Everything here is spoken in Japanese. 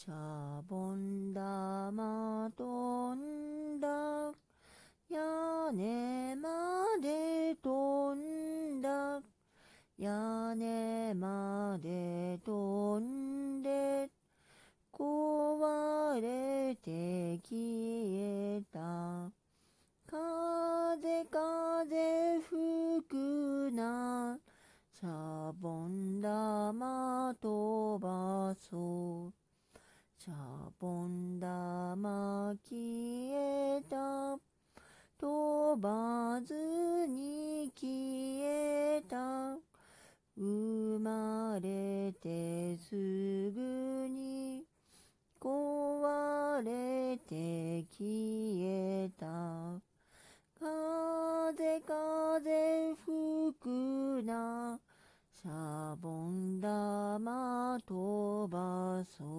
シャボン玉飛んだ、屋根まで飛んだ、屋根まで飛んで、壊れて消えた。風風吹くな、シャボン玉飛ばそう。シャボン玉消えた、飛ばずに消えた。生まれてすぐに壊れて消えた。風風吹くな、シャボン玉飛ばそう。